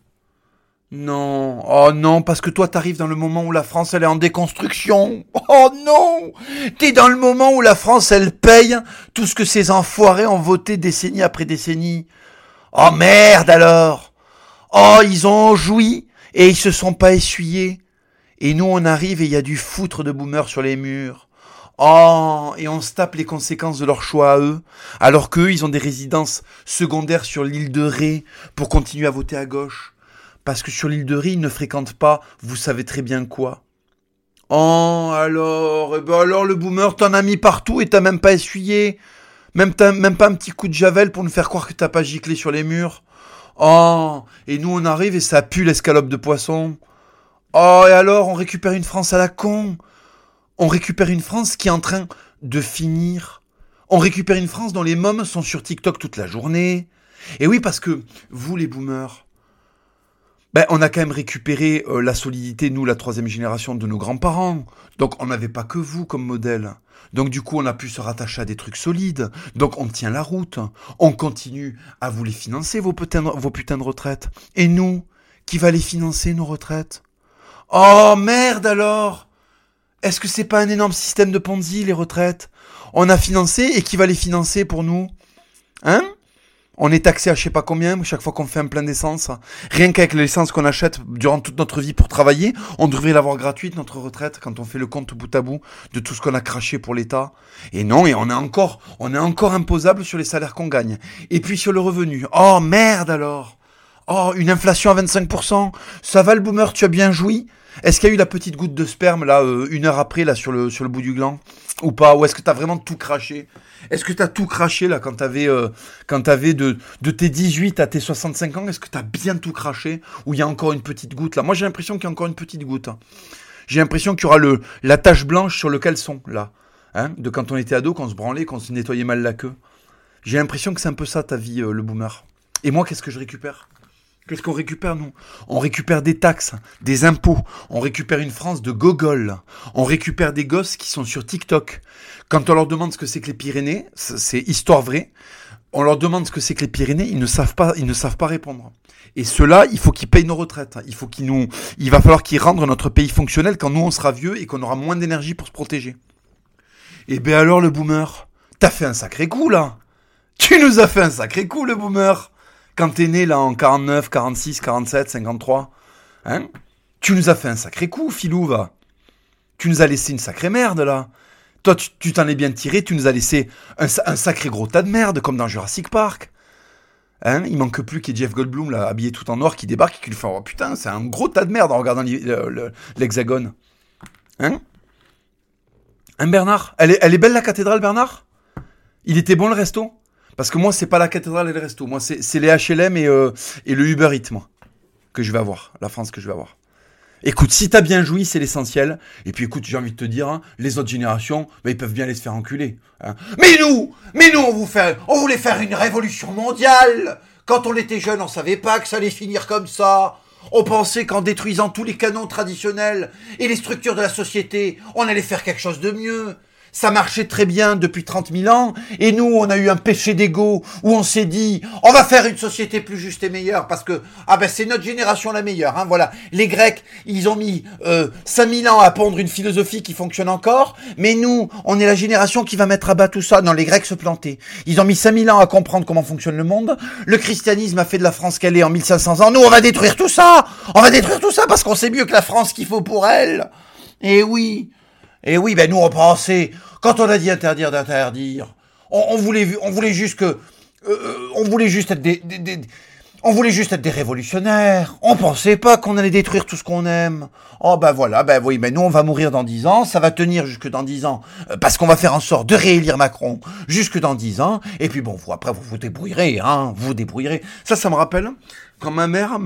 Non. Oh non, parce que toi, t'arrives dans le moment où la France, elle est en déconstruction. Oh non ! T'es dans le moment où la France, elle paye tout ce que ces enfoirés ont voté décennie après décennie. Oh merde alors ! Oh, ils ont joui et ils se sont pas essuyés. Et nous, on arrive et il y a du foutre de boomers sur les murs. Oh, et on se tape les conséquences de leur choix à eux, alors qu'eux, ils ont des résidences secondaires sur l'île de Ré pour continuer à voter à gauche. Parce que sur l'île de Ré, ils ne fréquentent pas, vous savez très bien quoi. Oh, alors, alors le boomer, t'en as mis partout et t'as même pas essuyé. Même pas un petit coup de javel pour nous faire croire que t'as pas giclé sur les murs. Oh, et nous on arrive et ça pue l'escalope de poisson. Oh, et alors, on récupère une France à la con. On récupère une France qui est en train de finir. On récupère une France dont les mômes sont sur TikTok toute la journée. Et oui, parce que vous, les boomers, on a quand même récupéré la solidité, nous, la 3e génération de nos grands-parents. Donc, on n'avait pas que vous comme modèle. Donc, du coup, on a pu se rattacher à des trucs solides. Donc, on tient la route. On continue à vous les financer, vos putains de retraites. Et nous, qui va les financer, nos retraites ? Oh, merde alors ! Est-ce que c'est pas un énorme système de Ponzi, les retraites ? On a financé et qui va les financer pour nous ? Hein ? On est taxé à je sais pas combien chaque fois qu'on fait un plein d'essence. Rien qu'avec l'essence qu'on achète durant toute notre vie pour travailler, on devrait l'avoir gratuite, notre retraite, quand on fait le compte bout à bout de tout ce qu'on a craché pour l'État. Et non, et on est encore imposable sur les salaires qu'on gagne. Et puis sur le revenu. Oh merde alors ! Oh, une inflation à 25%. Ça va le boomer, tu as bien joui ? Est-ce qu'il y a eu la petite goutte de sperme, là, 1 heure après, là, sur le bout du gland ? Ou pas ? Ou est-ce que t'as vraiment tout craché ? Est-ce que t'as tout craché, là, quand t'avais de tes 18 à tes 65 ans, est-ce que t'as bien tout craché ? Ou il y a encore une petite goutte, là ? Moi, j'ai l'impression qu'il y a encore une petite goutte. J'ai l'impression qu'il y aura la tache blanche sur le caleçon, là. Hein ? De quand on était ado, qu'on se branlait, qu'on se nettoyait mal la queue. J'ai l'impression que c'est un peu ça, ta vie, le boomer. Et moi, qu'est-ce que je récupère ? Qu'est-ce qu'on récupère, nous ? On récupère des taxes, des impôts. On récupère une France de gogoles. On récupère des gosses qui sont sur TikTok. Quand on leur demande ce que c'est que les Pyrénées, c'est histoire vraie, on leur demande ce que c'est que les Pyrénées, ils ne savent pas répondre. Et ceux-là, il faut qu'ils payent nos retraites. Il va falloir qu'ils rendent notre pays fonctionnel quand nous, on sera vieux et qu'on aura moins d'énergie pour se protéger. Eh ben alors, le boomer, t'as fait un sacré coup, là. Tu nous as fait un sacré coup, le boomer. Quand t'es né, là, en 49, 46, 47, 53, hein, tu nous as fait un sacré coup, filou, va. Tu nous as laissé une sacrée merde, là. Toi, tu t'en es bien tiré, tu nous as laissé un sacré gros tas de merde, comme dans Jurassic Park. Hein, il manque plus qu'il y ait Jeff Goldblum, là, habillé tout en or, qui débarque et qui lui fait « Oh putain, c'est un gros tas de merde en regardant l'hexagone. » Hein ? Hein, Bernard ? Elle est belle, la cathédrale, Bernard ? Il était bon, le resto ? Parce que moi, c'est pas la cathédrale et le resto. Moi, c'est les HLM et le Uber Eats, moi, que je vais avoir. La France que je vais avoir. Écoute, si t'as bien joui, c'est l'essentiel. Et puis écoute, j'ai envie de te dire, hein, les autres générations, ils peuvent bien aller se faire enculer. Hein. Mais nous, on voulait faire une révolution mondiale. Quand on était jeune, on savait pas que ça allait finir comme ça. On pensait qu'en détruisant tous les canons traditionnels et les structures de la société, on allait faire quelque chose de mieux. Ça marchait très bien depuis 30 000 ans, et nous, on a eu un péché d'ego où on s'est dit, on va faire une société plus juste et meilleure, parce que c'est notre génération la meilleure. Hein, voilà. Les Grecs, ils ont mis 5000 ans à pondre une philosophie qui fonctionne encore, mais nous, on est la génération qui va mettre à bas tout ça. Non, les Grecs se plantaient. Ils ont mis 5000 ans à comprendre comment fonctionne le monde. Le christianisme a fait de la France qu'elle est en 1500 ans. Nous, on va détruire tout ça. On va détruire tout ça parce qu'on sait mieux que la France qu'il faut pour elle. Et oui, nous on pensait, quand on a dit interdire d'interdire, on voulait juste être des révolutionnaires. On pensait pas qu'on allait détruire tout ce qu'on aime. Oh nous on va mourir dans 10 ans, ça va tenir jusque dans 10 ans, parce qu'on va faire en sorte de réélire Macron jusque dans 10 ans, et puis bon, après vous vous débrouillerez, hein, vous débrouillerez. Ça me rappelle, quand ma mère,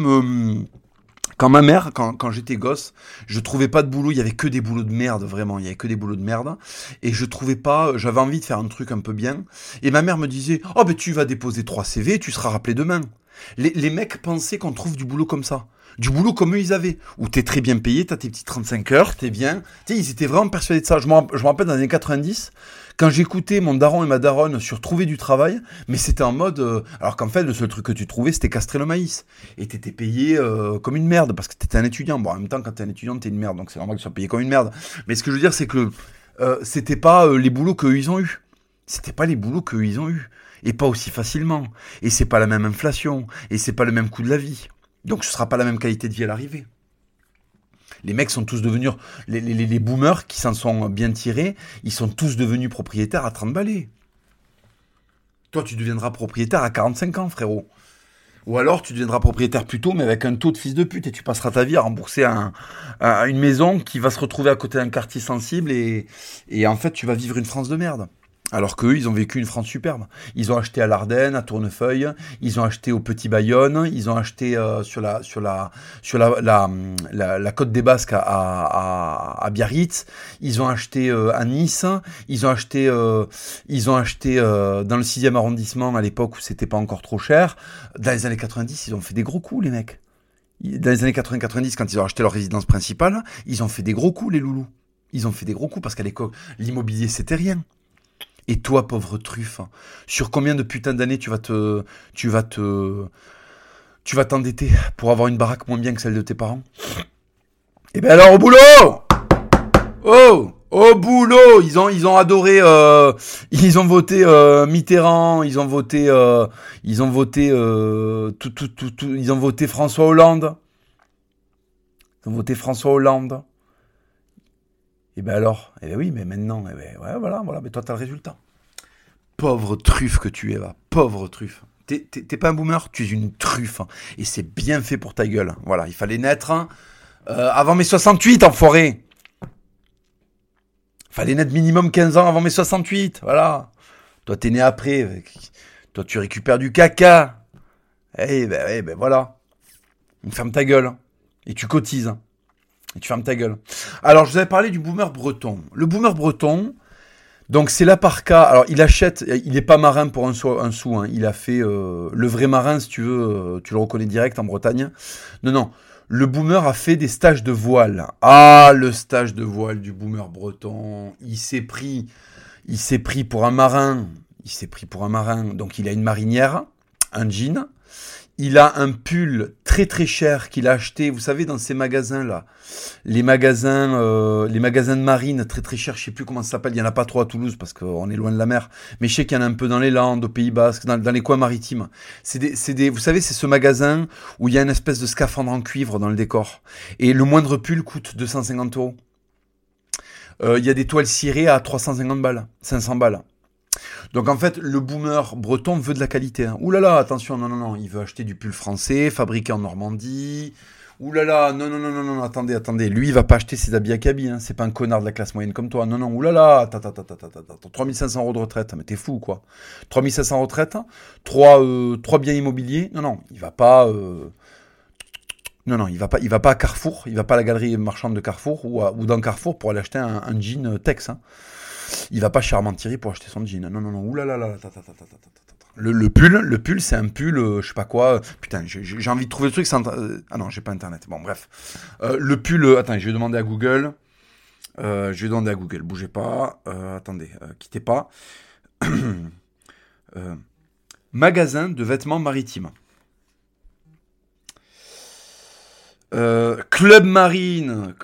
quand j'étais gosse, je trouvais pas de boulot, il y avait que des boulots de merde, vraiment, il y avait que des boulots de merde, et je trouvais pas, j'avais envie de faire un truc un peu bien, et ma mère me disait, tu vas déposer 3 CV, tu seras rappelé demain. Les mecs pensaient qu'on trouve du boulot comme ça. Du boulot comme eux ils avaient, où t'es très bien payé, t'as tes petits 35 heures, t'es bien. Tu sais, ils étaient vraiment persuadés de ça. Je me rappelle dans les années 90, quand j'écoutais mon daron et ma daronne sur trouver du travail, mais c'était en mode... alors qu'en fait, le seul truc que tu trouvais, c'était castrer le maïs. Et t'étais payé comme une merde, parce que t'étais un étudiant. Bon, en même temps, quand t'es un étudiant, t'es une merde, donc c'est normal que tu sois payé comme une merde. Mais ce que je veux dire, c'est que c'était pas les boulots qu'eux ils ont eu. C'était pas les boulots qu'eux ils ont eu. Et pas aussi facilement. Et c'est pas la même inflation. Et c'est pas le même coût de la vie. Donc ce sera pas la même qualité de vie à l'arrivée. Les mecs sont tous devenus... Les boomers qui s'en sont bien tirés, ils sont tous devenus propriétaires à 30 balais. Toi, tu deviendras propriétaire à 45 ans, frérot. Ou alors, tu deviendras propriétaire plus tôt, mais avec un taux de fils de pute. Et tu passeras ta vie à rembourser une maison qui va se retrouver à côté d'un quartier sensible. Et en fait, tu vas vivre une France de merde. Alors qu'eux, ils ont vécu une France superbe. Ils ont acheté à l'Ardenne, à Tournefeuille, ils ont acheté au Petit Bayonne, ils ont acheté sur la côte des Basques à Biarritz, ils ont acheté à Nice, ils ont acheté dans le 6e arrondissement à l'époque où c'était pas encore trop cher. Dans les années 90, ils ont fait des gros coups, les mecs. Dans les années 80-90, quand ils ont acheté leur résidence principale, ils ont fait des gros coups, les loulous. Ils ont fait des gros coups parce qu'à l'époque, l'immobilier, c'était rien. Et toi, pauvre truffe, sur combien de putains d'années tu vas t'endetter pour avoir une baraque moins bien que celle de tes parents? Eh ben alors, au boulot! Au boulot! Ils ont adoré, ils ont voté Mitterrand, ils ont voté ils ont voté François Hollande. Ils ont voté François Hollande. Et ben alors, oui, mais maintenant, voilà, mais toi t'as le résultat. Pauvre truffe que tu es là, pauvre truffe. T'es pas un boomer, tu es une truffe. Et c'est bien fait pour ta gueule. Voilà, il fallait naître avant mes 68, enfoiré. Fallait naître minimum 15 ans avant mes 68, voilà. Toi t'es né après, toi tu récupères du caca. Voilà. Ferme ta gueule. Et tu cotises. Et tu fermes ta gueule. Alors, je vous avais parlé du boomer breton. Le boomer breton, donc c'est là par cas. Alors, il achète, il n'est pas marin pour un sou. Hein. Il a fait le vrai marin, si tu veux, tu le reconnais direct en Bretagne. Non. Le boomer a fait des stages de voile. Ah, le stage de voile du boomer breton. Il s'est pris pour un marin. Donc, il a une marinière, un jean. Il a un pull très très cher qu'il a acheté, vous savez, dans ces magasins-là. Les magasins de marine très très chers, je sais plus comment ça s'appelle. Il n'y en a pas trop à Toulouse parce qu'on est loin de la mer. Mais je sais qu'il y en a un peu dans les Landes, au Pays Basque, dans les coins maritimes. Vous savez, c'est ce magasin où il y a une espèce de scaphandre en cuivre dans le décor. Et le moindre pull coûte 250 €. Il y a des toiles cirées à 350 balles, 500 balles. Donc en fait, le boomer breton veut de la qualité. Hein. Ouh là là, attention, non, il veut acheter du pull français, fabriqué en Normandie. Ouh là là, non, attendez. Lui, il va pas acheter ses habits à cabi, hein. C'est pas un connard de la classe moyenne comme toi. Non, ouh là là, attends. 3500 € de retraite, mais t'es fou, quoi. 3500 € de retraite, 3 biens immobiliers. Non, il va pas... Non, il va pas à Carrefour, il va pas à la galerie marchande de Carrefour ou dans Carrefour pour aller acheter un jean Tex. Hein. Il va pas chez Armand Thierry pour acheter son jean. Non, oulala, le pull, c'est un pull, je sais pas quoi. Putain, j'ai envie de trouver le truc. Ah non, j'ai pas internet. Bon, bref. Le pull, attends, je vais demander à Google. Bougez pas. Attendez, quittez pas. Magasin de vêtements maritimes. Club Marine,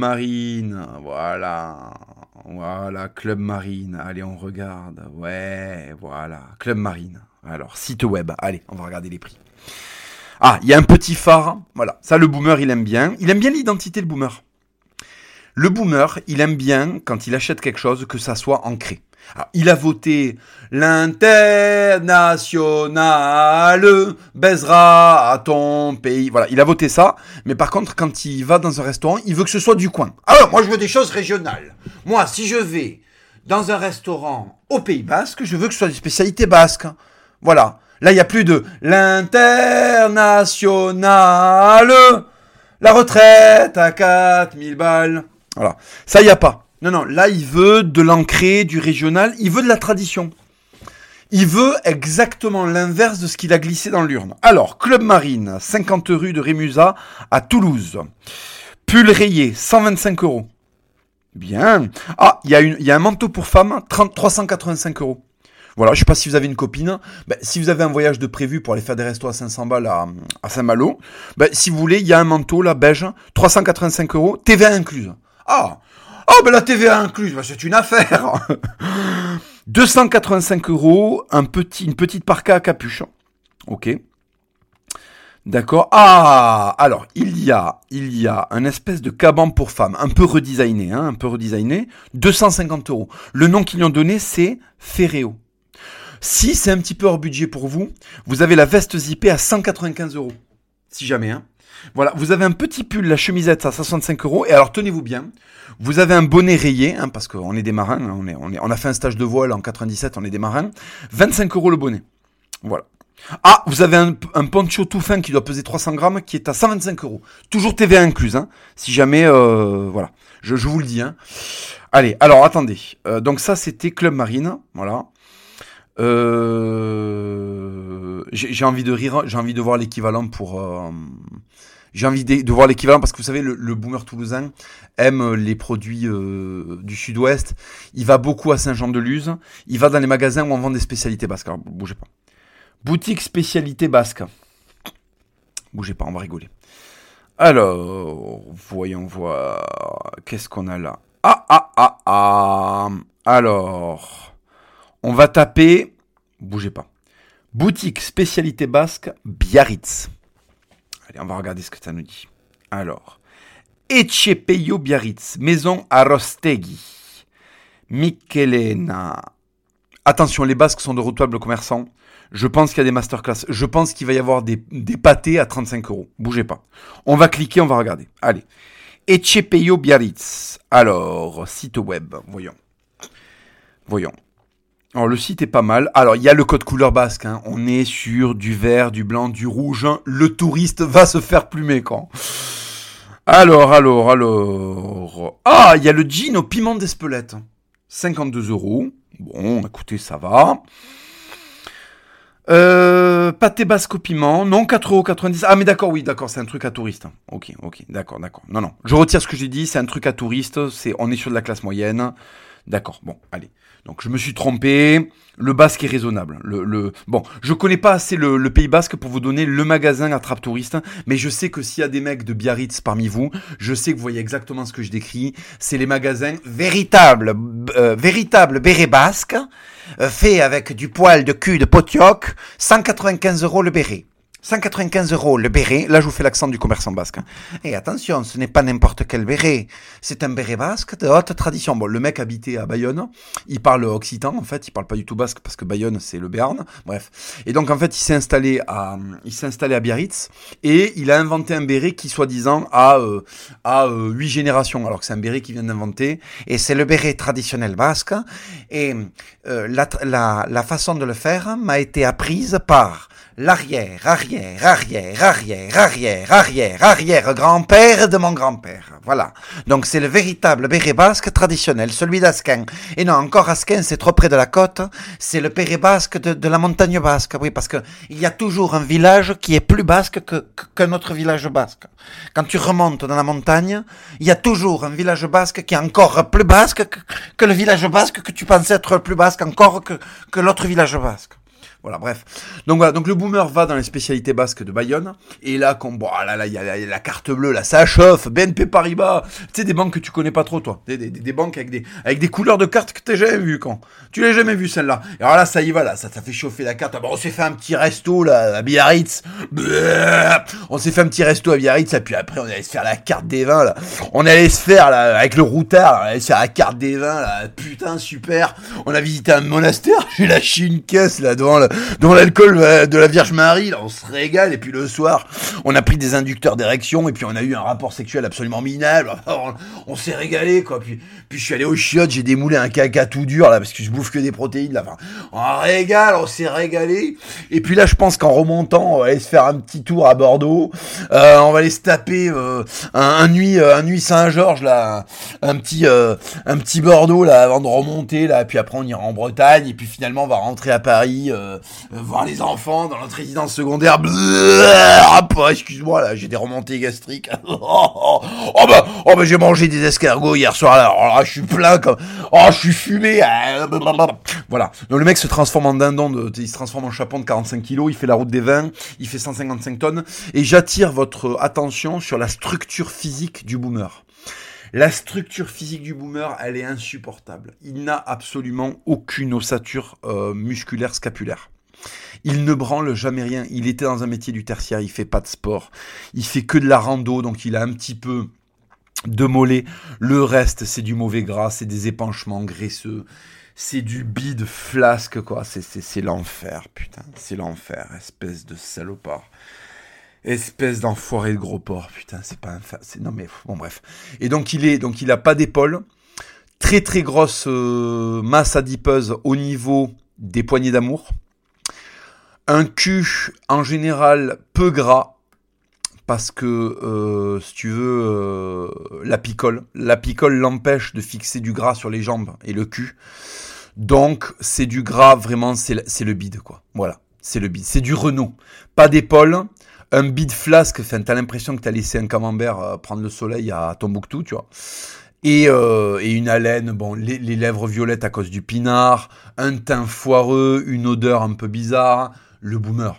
voilà, Club Marine, allez on regarde, ouais, voilà, Club Marine, alors, site web, allez, on va regarder les prix. Ah, il y a un petit phare, voilà, ça le boomer il aime bien l'identité le boomer. Le boomer, il aime bien, quand il achète quelque chose, que ça soit ancré. Alors, il a voté l'international baisera à ton pays. Voilà, il a voté ça. Mais par contre, quand il va dans un restaurant, il veut que ce soit du coin. Alors, moi, je veux des choses régionales. Moi, si je vais dans un restaurant au Pays Basque, je veux que ce soit des spécialités basques. Voilà. Là, il n'y a plus de l'international, la retraite à 4000 balles. Voilà. Ça, il n'y a pas. Non, là, il veut de l'ancré, du régional, il veut de la tradition. Il veut exactement l'inverse de ce qu'il a glissé dans l'urne. Alors, Club Marine, 50 rue de Rémusat à Toulouse. Pull rayé, 125 €. Bien. Ah, il y a un manteau pour femme, 385 €. Voilà, je sais pas si vous avez une copine. Si vous avez un voyage de prévu pour aller faire des restos à 500 balles à Saint-Malo, si vous voulez, il y a un manteau, là, beige, 385 €, TVA incluse. La TVA incluse, c'est une affaire. 285 €, une petite parka à capuche. Ok. D'accord. Ah, alors, il y a un espèce de caban pour femmes, un peu redesigné, 250 €. Le nom qu'ils lui ont donné, c'est Ferreo. Si c'est un petit peu hors budget pour vous, vous avez la veste zippée à 195 €. Si jamais, Voilà, vous avez un petit pull, la chemisette à 65 €. Et alors, tenez-vous bien, vous avez un bonnet rayé, parce qu'on est des marins, on a fait un stage de voile en 97, on est des marins. 25 € le bonnet. Voilà. Ah, vous avez un poncho tout fin qui doit peser 300 grammes, qui est à 125 €. Toujours TVA incluse, si jamais, voilà. Je vous le dis, Allez, alors, attendez. Donc ça, c'était Club Marine, voilà. J'ai envie de rire, j'ai envie de voir l'équivalent pour... J'ai envie de voir l'équivalent parce que vous savez, le boomer toulousain aime les produits du sud-ouest. Il va beaucoup à Saint-Jean-de-Luz. Il va dans les magasins où on vend des spécialités basques. Alors, bougez pas. Boutique spécialité basque. Bougez pas, on va rigoler. Alors, voyons voir. Qu'est-ce qu'on a là? Alors, on va taper... Bougez pas. Boutique spécialité basque Biarritz. Allez, on va regarder ce que ça nous dit. Alors, Etxepeio Biarritz, maison Arostegui, Michelena. Attention, les Basques sont de redoutables commerçants. Je pense qu'il y a des masterclass. Je pense qu'il va y avoir des pâtés à 35 €. Bougez pas. On va cliquer, on va regarder. Allez. Etxepeio Biarritz. Alors, site web. Voyons. Alors, le site est pas mal. Alors, il y a le code couleur basque. On est sur du vert, du blanc, du rouge. Le touriste va se faire plumer, quand. Alors. Ah, il y a le jean au piment d'Espelette. 52 €. Bon, écoutez, ça va. Pâté basque au piment. Non, 4,90 €. Ah, mais d'accord, c'est un truc à touriste. Ok, d'accord. Non. Je retire ce que j'ai dit, c'est un truc à touriste. On est sur de la classe moyenne. D'accord, bon, allez. Donc, je me suis trompé. Le basque est raisonnable. Bon, je connais pas assez le Pays Basque pour vous donner le magasin attrape touriste, mais je sais que s'il y a des mecs de Biarritz parmi vous, je sais que vous voyez exactement ce que je décris. C'est les magasins véritables béret basque, fait avec du poil de cul de potioc, 195 € le béret. 195 € le béret, là je vous fais l'accent du commerçant basque. Et attention, ce n'est pas n'importe quel béret, c'est un béret basque de haute tradition. Bon, le mec habitait à Bayonne, il parle occitan en fait, il parle pas du tout basque parce que Bayonne c'est le Béarn, bref. Et donc en fait il s'est installé à Biarritz et il a inventé un béret qui soi-disant a 8 générations, alors que c'est un béret qu'il vient d'inventer. Et c'est le béret traditionnel basque. Et la façon de le faire m'a été apprise par l'arrière-grand-père de mon grand-père. Voilà. Donc c'est le véritable béret basque traditionnel, celui d'Asquin. Et non, encore Asquin, c'est trop près de la côte. C'est le béret basque de la montagne basque. Oui, parce que il y a toujours un village qui est plus basque qu'un autre village basque. Quand tu remontes dans la montagne, il y a toujours un village basque qui est encore plus basque que le village basque que tu pensais être plus basque encore que l'autre village basque. Voilà, bref. Donc voilà, donc le boomer va dans les spécialités basques de Bayonne, et là, il y a la carte bleue, là, ça chauffe, BNP Paribas, tu sais, des banques que tu connais pas trop, toi. Des banques avec des couleurs de cartes que t'as jamais vu, quand. Tu l'as jamais vu, celle-là. Et alors là, ça y va, là, ça fait chauffer la carte. Ah, bon, on s'est fait un petit resto, là, à Biarritz. On s'est fait un petit resto à Biarritz, et puis après, on allait se faire la carte des vins, là. On allait se faire, là, avec le routard, on allait se faire la carte des vins, là. Putain, super. On a visité un monastère, j'ai lâché une caisse, là, devant l'alcool de la Vierge Marie, là, on se régale, et puis le soir, on a pris des inducteurs d'érection, et puis on a eu un rapport sexuel absolument minable, on s'est régalé, quoi, puis je suis allé au chiottes, j'ai démoulé un caca tout dur, là, parce que je bouffe que des protéines, là, enfin, on s'est régalé, et puis là, je pense qu'en remontant, on va aller se faire un petit tour à Bordeaux, on va aller se taper, un nuit Saint-Georges, là, un petit Bordeaux, là, avant de remonter, là, puis après on ira en Bretagne, et puis finalement, on va rentrer à Paris, voir les enfants dans notre résidence secondaire. Excuse-moi, là, j'ai des remontées gastriques. J'ai mangé des escargots hier soir, là. Alors là, je suis plein comme, je suis fumé. Voilà. Donc le mec se transforme en dindon, il se transforme en chapon de 45 kilos, il fait la route des vins, il fait 155 tonnes. Et j'attire votre attention sur la structure physique du boomer. La structure physique du boomer, elle est insupportable. Il n'a absolument aucune ossature musculaire scapulaire. Il ne branle jamais rien. Il était dans un métier du tertiaire, il fait pas de sport. Il fait que de la rando, donc il a un petit peu de mollet. Le reste, c'est du mauvais gras, c'est des épanchements graisseux. C'est du bide flasque, quoi. C'est l'enfer, putain. C'est l'enfer, espèce de salopard. Espèce d'enfoiré de gros porc, putain, c'est pas un... Non mais, bon bref. Et donc il a pas d'épaule, très très grosse masse adipeuse au niveau des poignées d'amour, un cul en général peu gras, parce que, si tu veux, la picole l'empêche de fixer du gras sur les jambes et le cul, donc c'est du gras, vraiment, c'est le bide, quoi. Voilà, c'est le bide, c'est du Renault, pas d'épaule, un bide flasque, enfin t'as l'impression que t'as laissé un camembert prendre le soleil à Tombouctou, tu vois. Et une haleine, bon, les lèvres violettes à cause du pinard, un teint foireux, une odeur un peu bizarre, le boomer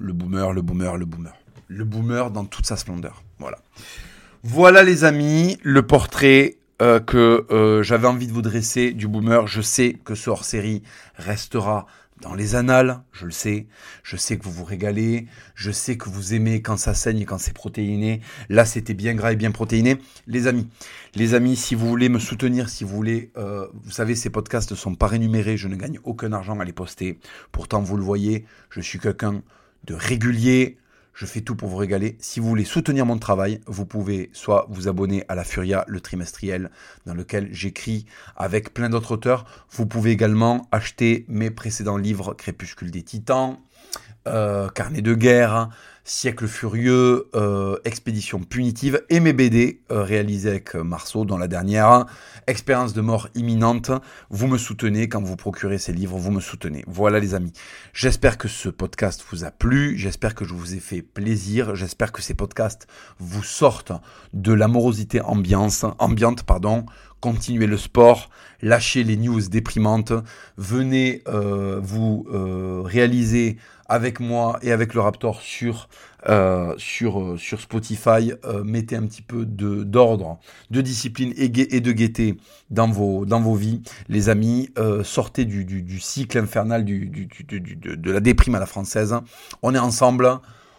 dans toute sa splendeur. Voilà les amis, le portrait que j'avais envie de vous dresser du boomer. Je sais que ce hors-série restera dans les annales, je le sais. Je sais que vous vous régalez. Je sais que vous aimez quand ça saigne et quand c'est protéiné. Là, c'était bien gras et bien protéiné. Les amis, si vous voulez me soutenir, si vous voulez... vous savez, ces podcasts ne sont pas rémunérés. Je ne gagne aucun argent à les poster. Pourtant, vous le voyez, je suis quelqu'un de régulier. Je fais tout pour vous régaler. Si vous voulez soutenir mon travail, vous pouvez soit vous abonner à la Furia, le trimestriel, dans lequel j'écris avec plein d'autres auteurs. Vous pouvez également acheter mes précédents livres, Crépuscule des Titans, Carnet de guerre, Siècle furieux, Expédition punitive, et mes BD réalisés avec Marceau, dont la dernière, Expérience de mort imminente. Vous me soutenez quand vous procurez ces livres, vous me soutenez. Voilà les amis. J'espère que ce podcast vous a plu, j'espère que je vous ai fait plaisir, j'espère que ces podcasts vous sortent de l'amorosité ambiante. Continuez le sport, lâchez les news déprimantes, venez vous réaliser avec moi et avec le Raptor sur Spotify. Mettez un petit peu d'ordre, de discipline et de gaieté dans vos vies, les amis. Sortez du cycle infernal de la déprime à la française. On est ensemble,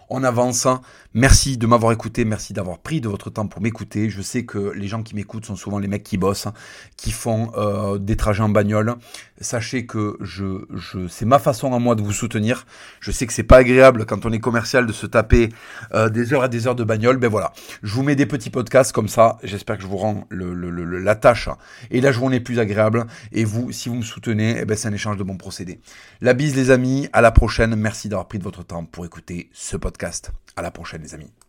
On avance. Merci de m'avoir écouté. Merci d'avoir pris de votre temps pour m'écouter. Je sais que les gens qui m'écoutent sont souvent les mecs qui bossent, qui font des trajets en bagnole. Sachez que c'est ma façon à moi de vous soutenir. Je sais que c'est pas agréable quand on est commercial de se taper des heures et des heures de bagnole. Ben voilà, je vous mets des petits podcasts comme ça. J'espère que je vous rends la tâche et la journée plus agréable. Et vous, si vous me soutenez, eh ben c'est un échange de bons procédés. La bise les amis, à la prochaine. Merci d'avoir pris de votre temps pour écouter ce podcast. À la prochaine les amis.